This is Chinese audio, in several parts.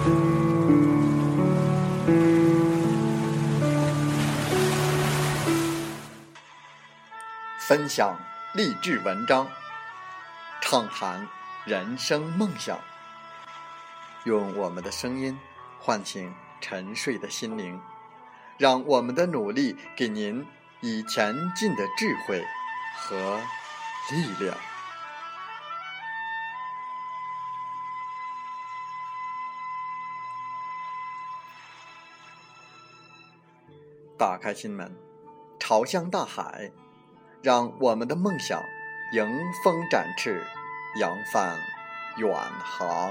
分享励志文章，畅谈人生梦想，用我们的声音唤醒沉睡的心灵，让我们的努力给您以前进的智慧和力量。打开心门，朝向大海，让我们的梦想迎风展翅，扬帆远航。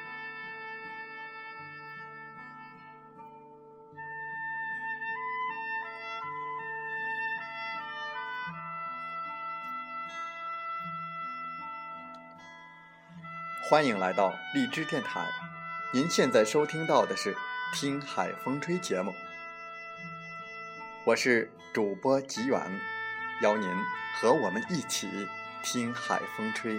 欢迎来到荔枝电台，您现在收听到的是听海风吹节目，我是主播吉远，邀您和我们一起听海风吹。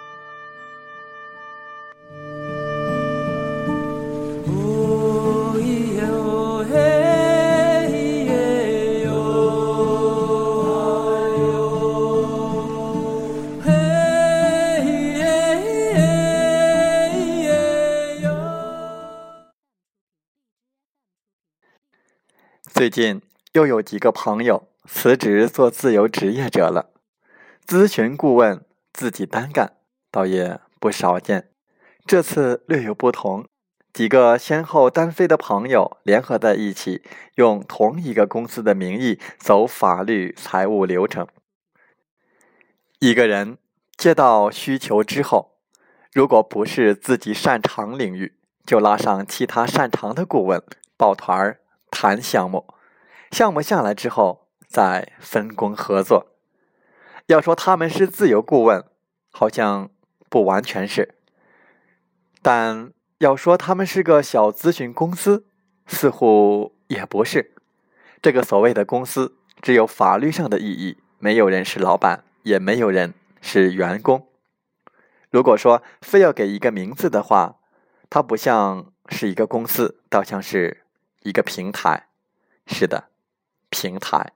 最近又有几个朋友辞职做自由职业者了，咨询顾问自己单干，倒也不少见。这次略有不同，几个先后单飞的朋友联合在一起，用同一个公司的名义走法律财务流程。一个人接到需求之后，如果不是自己擅长领域，就拉上其他擅长的顾问抱团谈项目，项目下来之后再分工合作。要说他们是自由顾问，好像不完全是，但要说他们是个小咨询公司，似乎也不是。这个所谓的公司只有法律上的意义，没有人是老板，也没有人是员工。如果说非要给一个名字的话，它不像是一个公司，倒像是一个平台。是的，平台。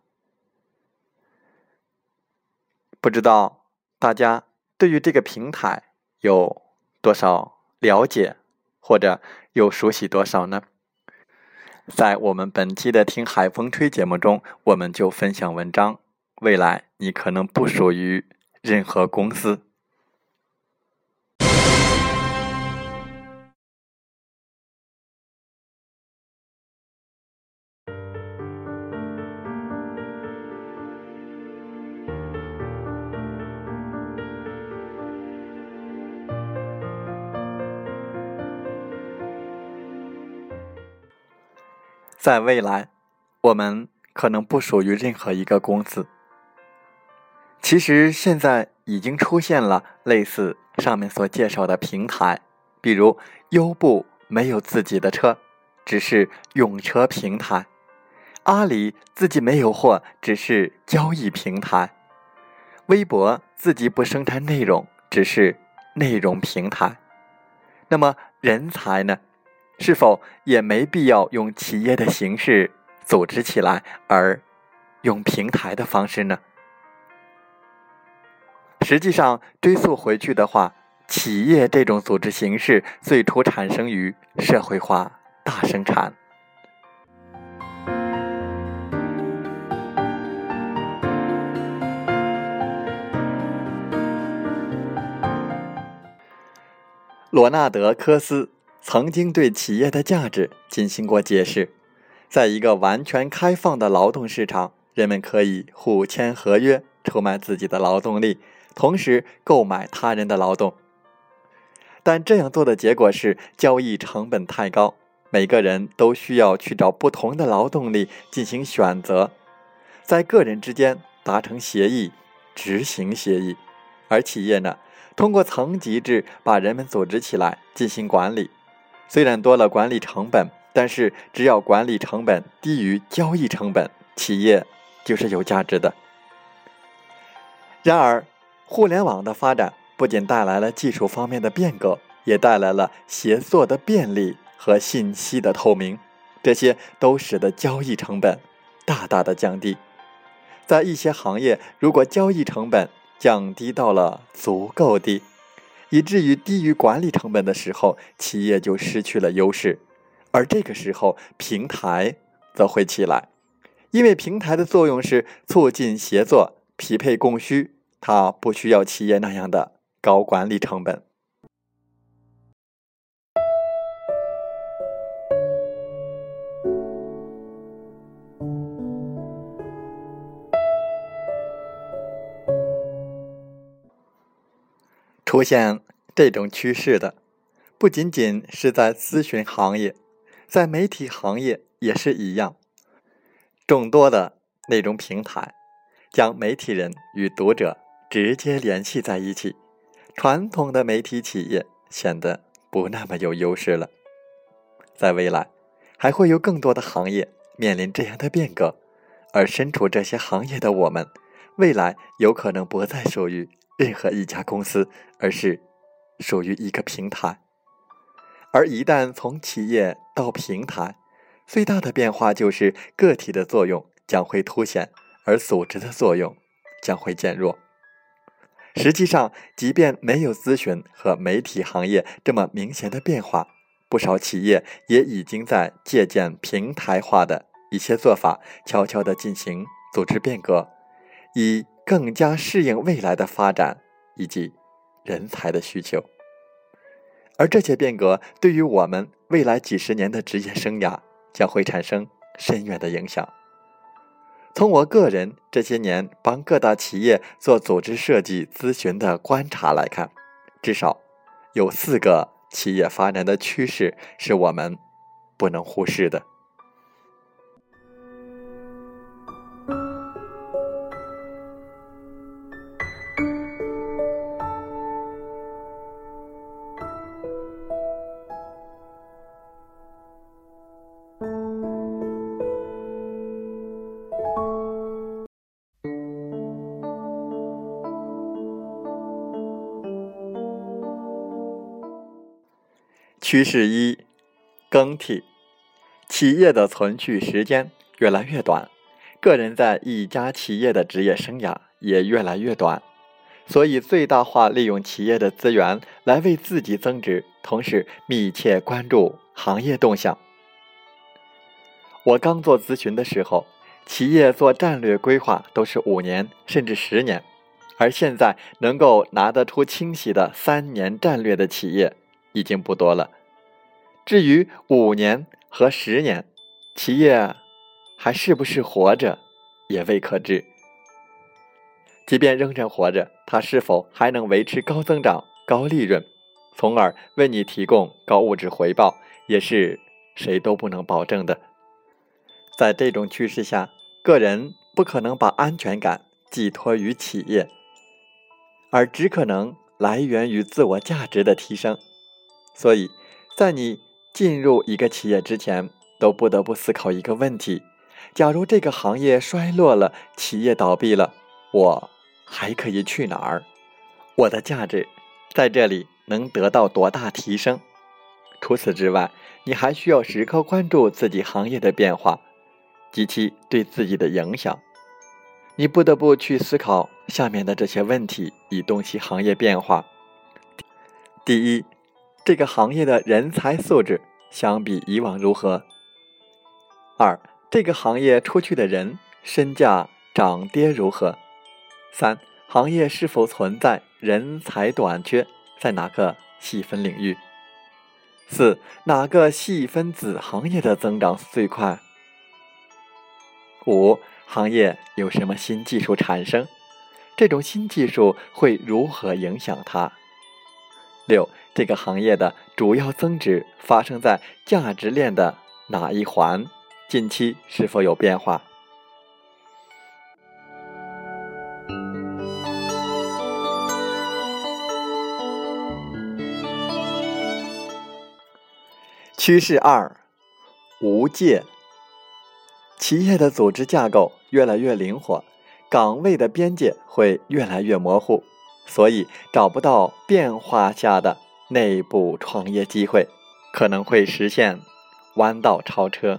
不知道大家对于这个平台有多少了解，或者又熟悉多少呢？在我们本期的听海风吹节目中，我们就分享文章，未来你可能不属于任何公司。在未来，我们可能不属于任何一个公司。其实现在已经出现了类似上面所介绍的平台，比如优步没有自己的车，只是用车平台；阿里自己没有货，只是交易平台；微博自己不生产内容，只是内容平台。那么人才呢？是否也没必要用企业的形式组织起来，而用平台的方式呢？实际上追溯回去的话，企业这种组织形式最初产生于社会化大生产。罗纳德·科斯曾经对企业的价值进行过解释，在一个完全开放的劳动市场，人们可以互签合约，出卖自己的劳动力，同时购买他人的劳动。但这样做的结果是交易成本太高，每个人都需要去找不同的劳动力进行选择，在个人之间达成协议，执行协议。而企业呢，通过层级制把人们组织起来进行管理，虽然多了管理成本，但是只要管理成本低于交易成本，企业就是有价值的。然而，互联网的发展不仅带来了技术方面的变革，也带来了协作的便利和信息的透明，这些都使得交易成本大大的降低。在一些行业，如果交易成本降低到了足够低，以至于低于管理成本的时候，企业就失去了优势，而这个时候平台则会起来，因为平台的作用是促进协作、匹配供需，它不需要企业那样的高管理成本。出现这种趋势的，不仅仅是在咨询行业，在媒体行业也是一样。众多的内容平台将媒体人与读者直接联系在一起，传统的媒体企业显得不那么有优势了。在未来，还会有更多的行业面临这样的变革，而身处这些行业的我们，未来有可能不再属于任何一家公司，而是属于一个平台。而一旦从企业到平台，最大的变化就是个体的作用将会凸显，而组织的作用将会减弱。实际上，即便没有咨询和媒体行业这么明显的变化，不少企业也已经在借鉴平台化的一些做法，悄悄地进行组织变革，以更加适应未来的发展以及人才的需求。而这些变革对于我们未来几十年的职业生涯将会产生深远的影响。从我个人这些年帮各大企业做组织设计咨询的观察来看，至少有4个企业发展的趋势是我们不能忽视的。趋势1：更替。企业的存续时间越来越短，个人在一家企业的职业生涯也越来越短，所以最大化利用企业的资源来为自己增值，同时密切关注行业动向。我刚做咨询的时候，企业做战略规划都是5年甚至10年，而现在能够拿得出清晰的3年战略的企业已经不多了。至于5年和10年，企业还是不是活着也未可知。即便仍然活着，它是否还能维持高增长、高利润，从而为你提供高物质回报，也是谁都不能保证的。在这种趋势下，个人不可能把安全感寄托于企业，而只可能来源于自我价值的提升。所以，在你进入一个企业之前，都不得不思考一个问题：假如这个行业衰落了，企业倒闭了，我还可以去哪儿？我的价值在这里能得到多大提升？除此之外，你还需要时刻关注自己行业的变化及其对自己的影响。你不得不去思考下面的这些问题，以洞悉行业变化。第一，这个行业的人才素质相比以往如何？2，这个行业出去的人身价涨跌如何？3，行业是否存在人才短缺，在哪个细分领域？4，哪个细分子行业的增长最快？5，行业有什么新技术产生？这种新技术会如何影响它？6，这个行业的主要增值发生在价值链的哪一环？近期是否有变化？趋势2：无界。企业的组织架构越来越灵活，岗位的边界会越来越模糊，所以找不到变化下的内部创业机会， 可能会实现弯道超车。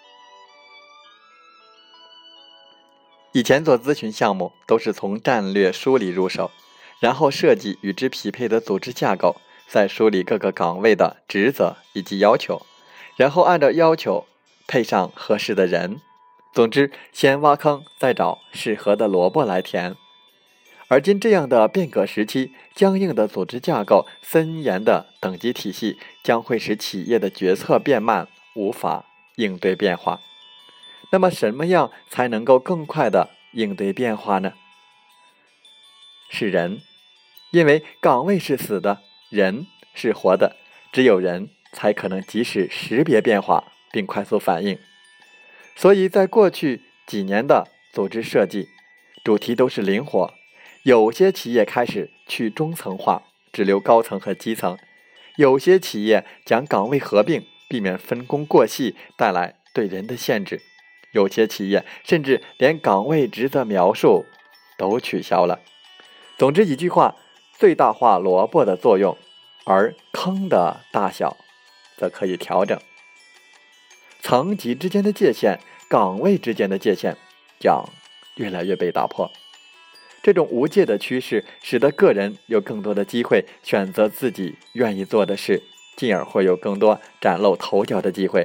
以前做咨询项目都是从战略梳理入手，然后设计与之匹配的组织架构，再梳理各个岗位的职责以及要求，然后按照要求配上合适的人。总之，先挖坑，再找适合的萝卜来填。而今这样的变革时期，僵硬的组织架构、森严的等级体系将会使企业的决策变慢，无法应对变化。那么什么样才能够更快地应对变化呢？是人，因为岗位是死的，人是活的，只有人才可能及时识别变化并快速反应。所以在过去几年的组织设计，主题都是灵活，有些企业开始去中层化，只留高层和基层；有些企业将岗位合并，避免分工过细带来对人的限制；有些企业甚至连岗位职责描述都取消了。总之一句话，最大化萝卜的作用，而坑的大小则可以调整。层级之间的界限，岗位之间的界限将越来越被打破。这种无界的趋势使得个人有更多的机会选择自己愿意做的事，进而会有更多崭露头角的机会。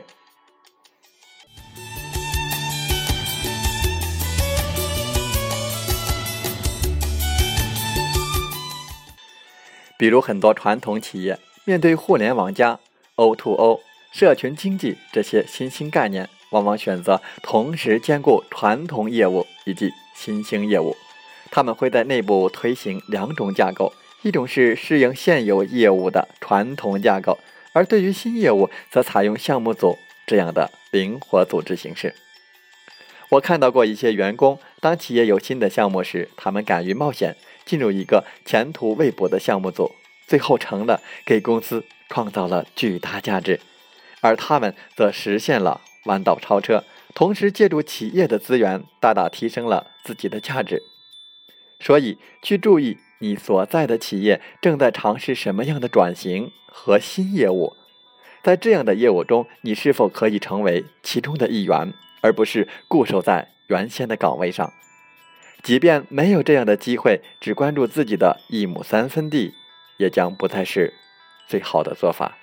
比如很多传统企业面对互联网加、O2O、社群经济这些新兴概念，往往选择同时兼顾传统业务以及新兴业务。他们会在内部推行两种架构，一种是适应现有业务的传统架构，而对于新业务则采用项目组这样的灵活组织形式。我看到过一些员工，当企业有新的项目时，他们敢于冒险，进入一个前途未卜的项目组，最后成了给公司创造了巨大价值，而他们则实现了弯道超车，同时借助企业的资源，大大提升了自己的价值。所以，去注意你所在的企业正在尝试什么样的转型和新业务，在这样的业务中，你是否可以成为其中的一员，而不是固守在原先的岗位上。即便没有这样的机会，只关注自己的一亩三分地，也将不再是最好的做法。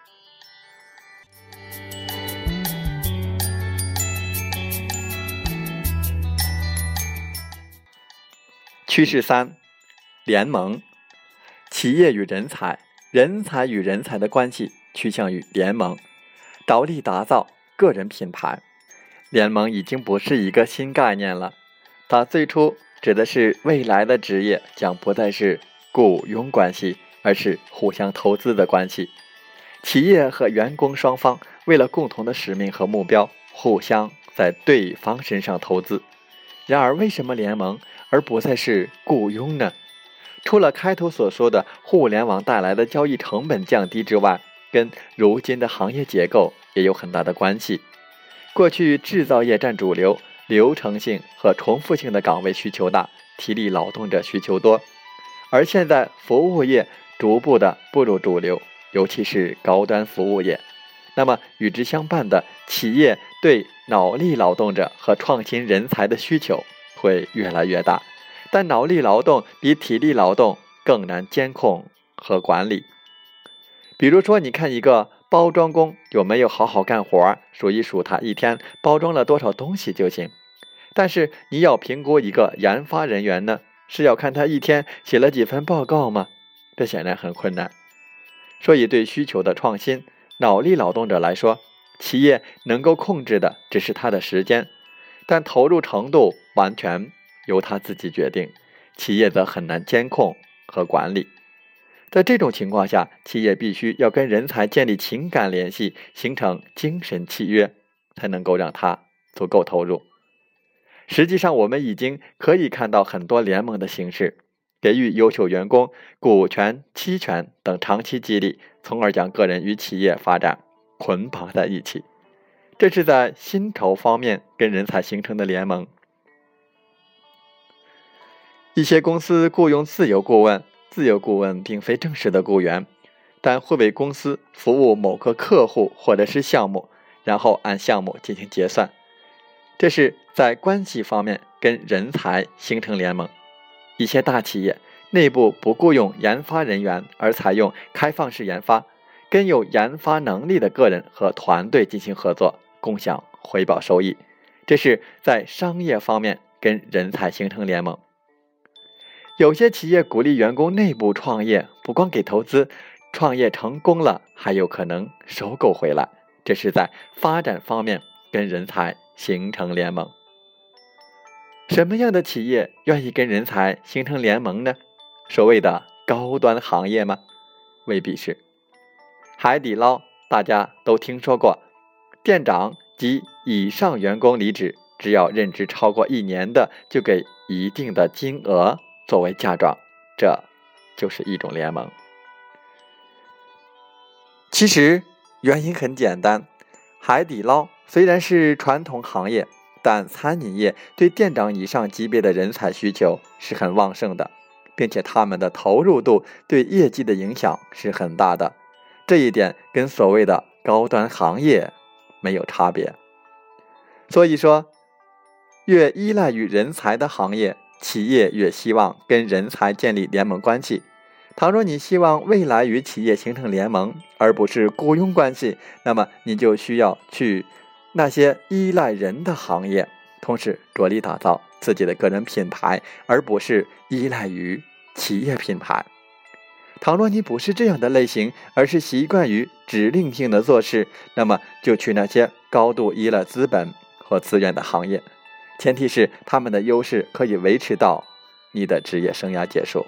趋势3：联盟。企业与人才，人才与人才的关系趋向于联盟，着力打造个人品牌。联盟已经不是一个新概念了，它最初指的是未来的职业将不再是雇佣关系，而是互相投资的关系。企业和员工双方为了共同的使命和目标，互相在对方身上投资。然而，为什么联盟而不再是雇佣呢？除了开头所说的互联网带来的交易成本降低之外，跟如今的行业结构也有很大的关系。过去制造业占主流，流程性和重复性的岗位需求大，体力劳动者需求多，而现在服务业逐步的步入主流，尤其是高端服务业。那么与之相伴的，企业对脑力劳动者和创新人才的需求会越来越大，但脑力劳动比体力劳动更难监控和管理。比如说，你看一个包装工有没有好好干活，数一数他一天包装了多少东西就行。但是你要评估一个研发人员呢，是要看他一天写了几份报告吗？这显然很困难。所以对需求的创新，脑力劳动者来说，企业能够控制的只是他的时间，但投入程度完全由他自己决定，企业则很难监控和管理。在这种情况下，企业必须要跟人才建立情感联系，形成精神契约，才能够让他足够投入。实际上，我们已经可以看到很多联盟的形式，给予优秀员工股权、期权等长期激励，从而将个人与企业发展捆绑在一起。这是在薪酬方面跟人才形成的联盟。一些公司雇佣自由顾问，自由顾问并非正式的雇员， 但会为公司服务某个客户或者是项目，然后按项目进行结算。这是在关系方面跟人才形成联盟。一些大企业内部不雇佣研发人员，而采用开放式研发，跟有研发能力的个人和团队进行合作，共享回报收益。这是在商业方面跟人才形成联盟。有些企业鼓励员工内部创业，不光给投资，创业成功了还有可能收购回来，这是在发展方面跟人才形成联盟。什么样的企业愿意跟人才形成联盟呢？所谓的高端行业吗？未必是。海底捞大家都听说过，店长及以上员工离职，只要任职超过1年的，就给一定的金额作为嫁妆，这就是一种联盟。其实原因很简单，海底捞虽然是传统行业，但餐饮业对店长以上级别的人才需求是很旺盛的，并且他们的投入度对业绩的影响是很大的，这一点跟所谓的高端行业没有差别。所以说，越依赖于人才的行业，企业越希望跟人才建立联盟关系。倘若你希望未来与企业形成联盟，而不是雇佣关系，那么你就需要去那些依赖人的行业，同时着力打造自己的个人品牌，而不是依赖于企业品牌。倘若你不是这样的类型，而是习惯于指令性的做事，那么就去那些高度依赖资本和资源的行业，前提是他们的优势可以维持到你的职业生涯结束。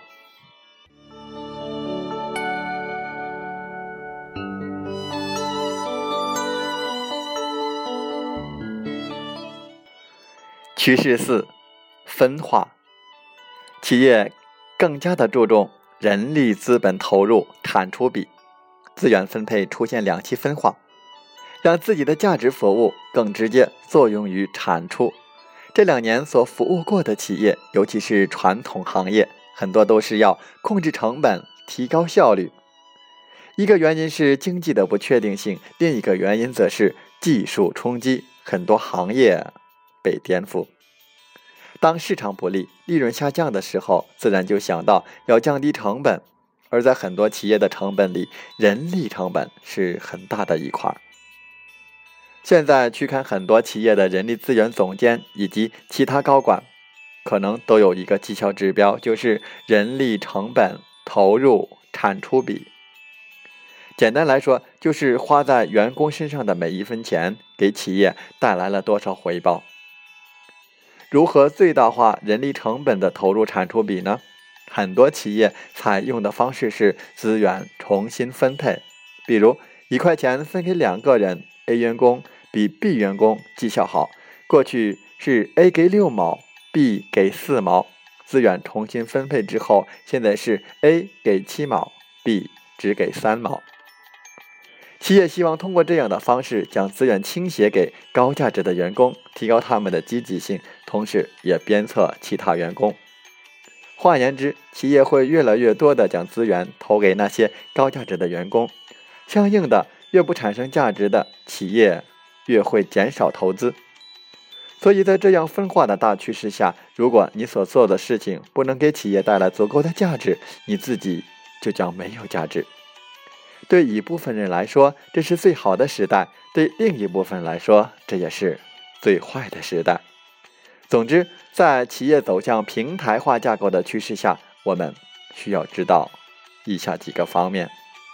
趋势4：分化。企业更加的注重人力资本投入产出比，资源分配出现两极分化，让自己的价值服务更直接作用于产出。这2年所服务过的企业，尤其是传统行业，很多都是要控制成本，提高效率。一个原因是经济的不确定性，另一个原因则是技术冲击，很多行业被颠覆。当市场不利、利润下降的时候，自然就想到要降低成本，而在很多企业的成本里，人力成本是很大的一块。现在去看很多企业的人力资源总监以及其他高管，可能都有一个绩效指标，就是人力成本投入产出比。简单来说，就是花在员工身上的每一分钱，给企业带来了多少回报。如何最大化人力成本的投入产出比呢？很多企业采用的方式是资源重新分配，比如1块钱分给2个人， A 员工比 B 员工绩效好，过去是 A 给6毛 B 给4毛，资源重新分配之后，现在是 A 给7毛 B 只给3毛。企业希望通过这样的方式将资源倾斜给高价值的员工，提高他们的积极性，同时也鞭策其他员工。换言之，企业会越来越多地将资源投给那些高价值的员工，相应的，越不产生价值的企业越会减少投资。所以在这样分化的大趋势下，如果你所做的事情不能给企业带来足够的价值，你自己就将没有价值。对一部分人来说，这是最好的时代，对另一部分来说，这也是最坏的时代。总之，在企业走向平台化架构的趋势下，我们需要知道以下几个方面。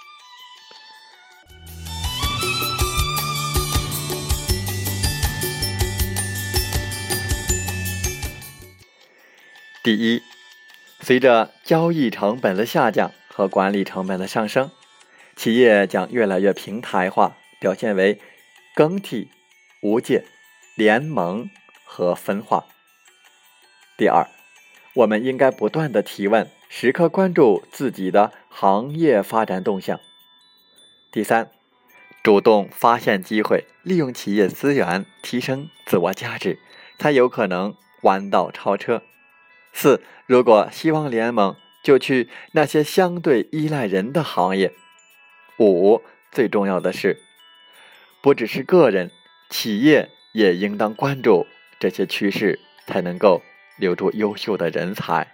第一，随着交易成本的下降和管理成本的上升，企业将越来越平台化，表现为更替、无界、联盟和分化。第二，我们应该不断地提问，时刻关注自己的行业发展动向。第三，主动发现机会，利用企业资源提升自我价值，才有可能弯道超车。4，如果希望联盟，就去那些相对依赖人的行业。 5，最重要的是，不只是个人，企业也应当关注这些趋势，才能够留住优秀的人才。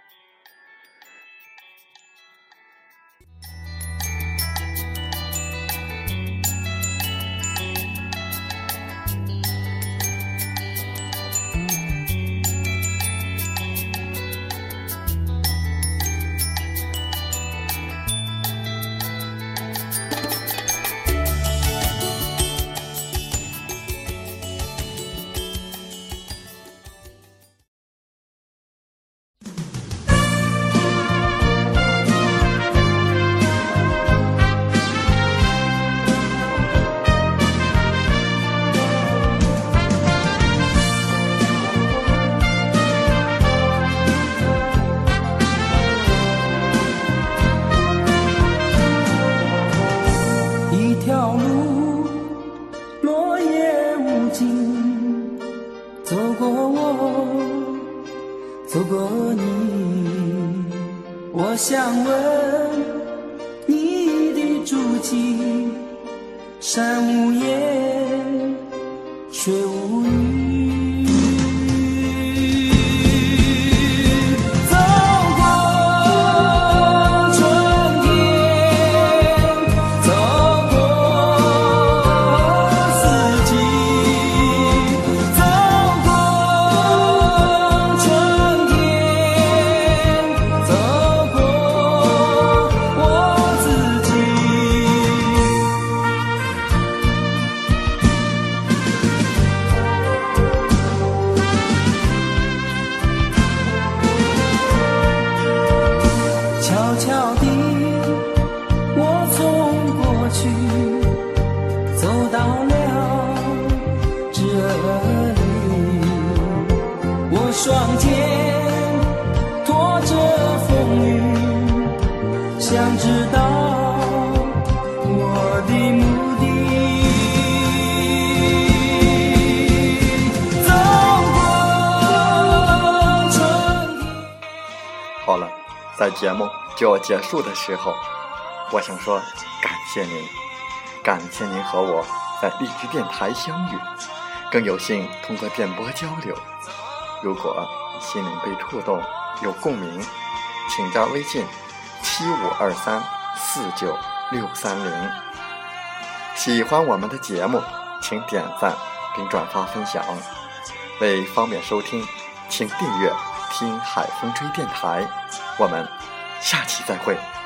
走过你，我想问你的足迹，山无言，水无语。走过春天，走过四季，走过春天，走过我自己。悄悄地，我从过去走到了这里，我双肩拖着风雨，想知道我的目的。走过春天。 好了，在节目就要结束的时候，我想说感谢您，感谢您和我在荔枝电台相遇，更有幸通过电波交流。如果心灵被触动，有共鸣，请加微信7523496630。喜欢我们的节目，请点赞并转发分享。为方便收听，请订阅听海风吹电台。我们下期再会。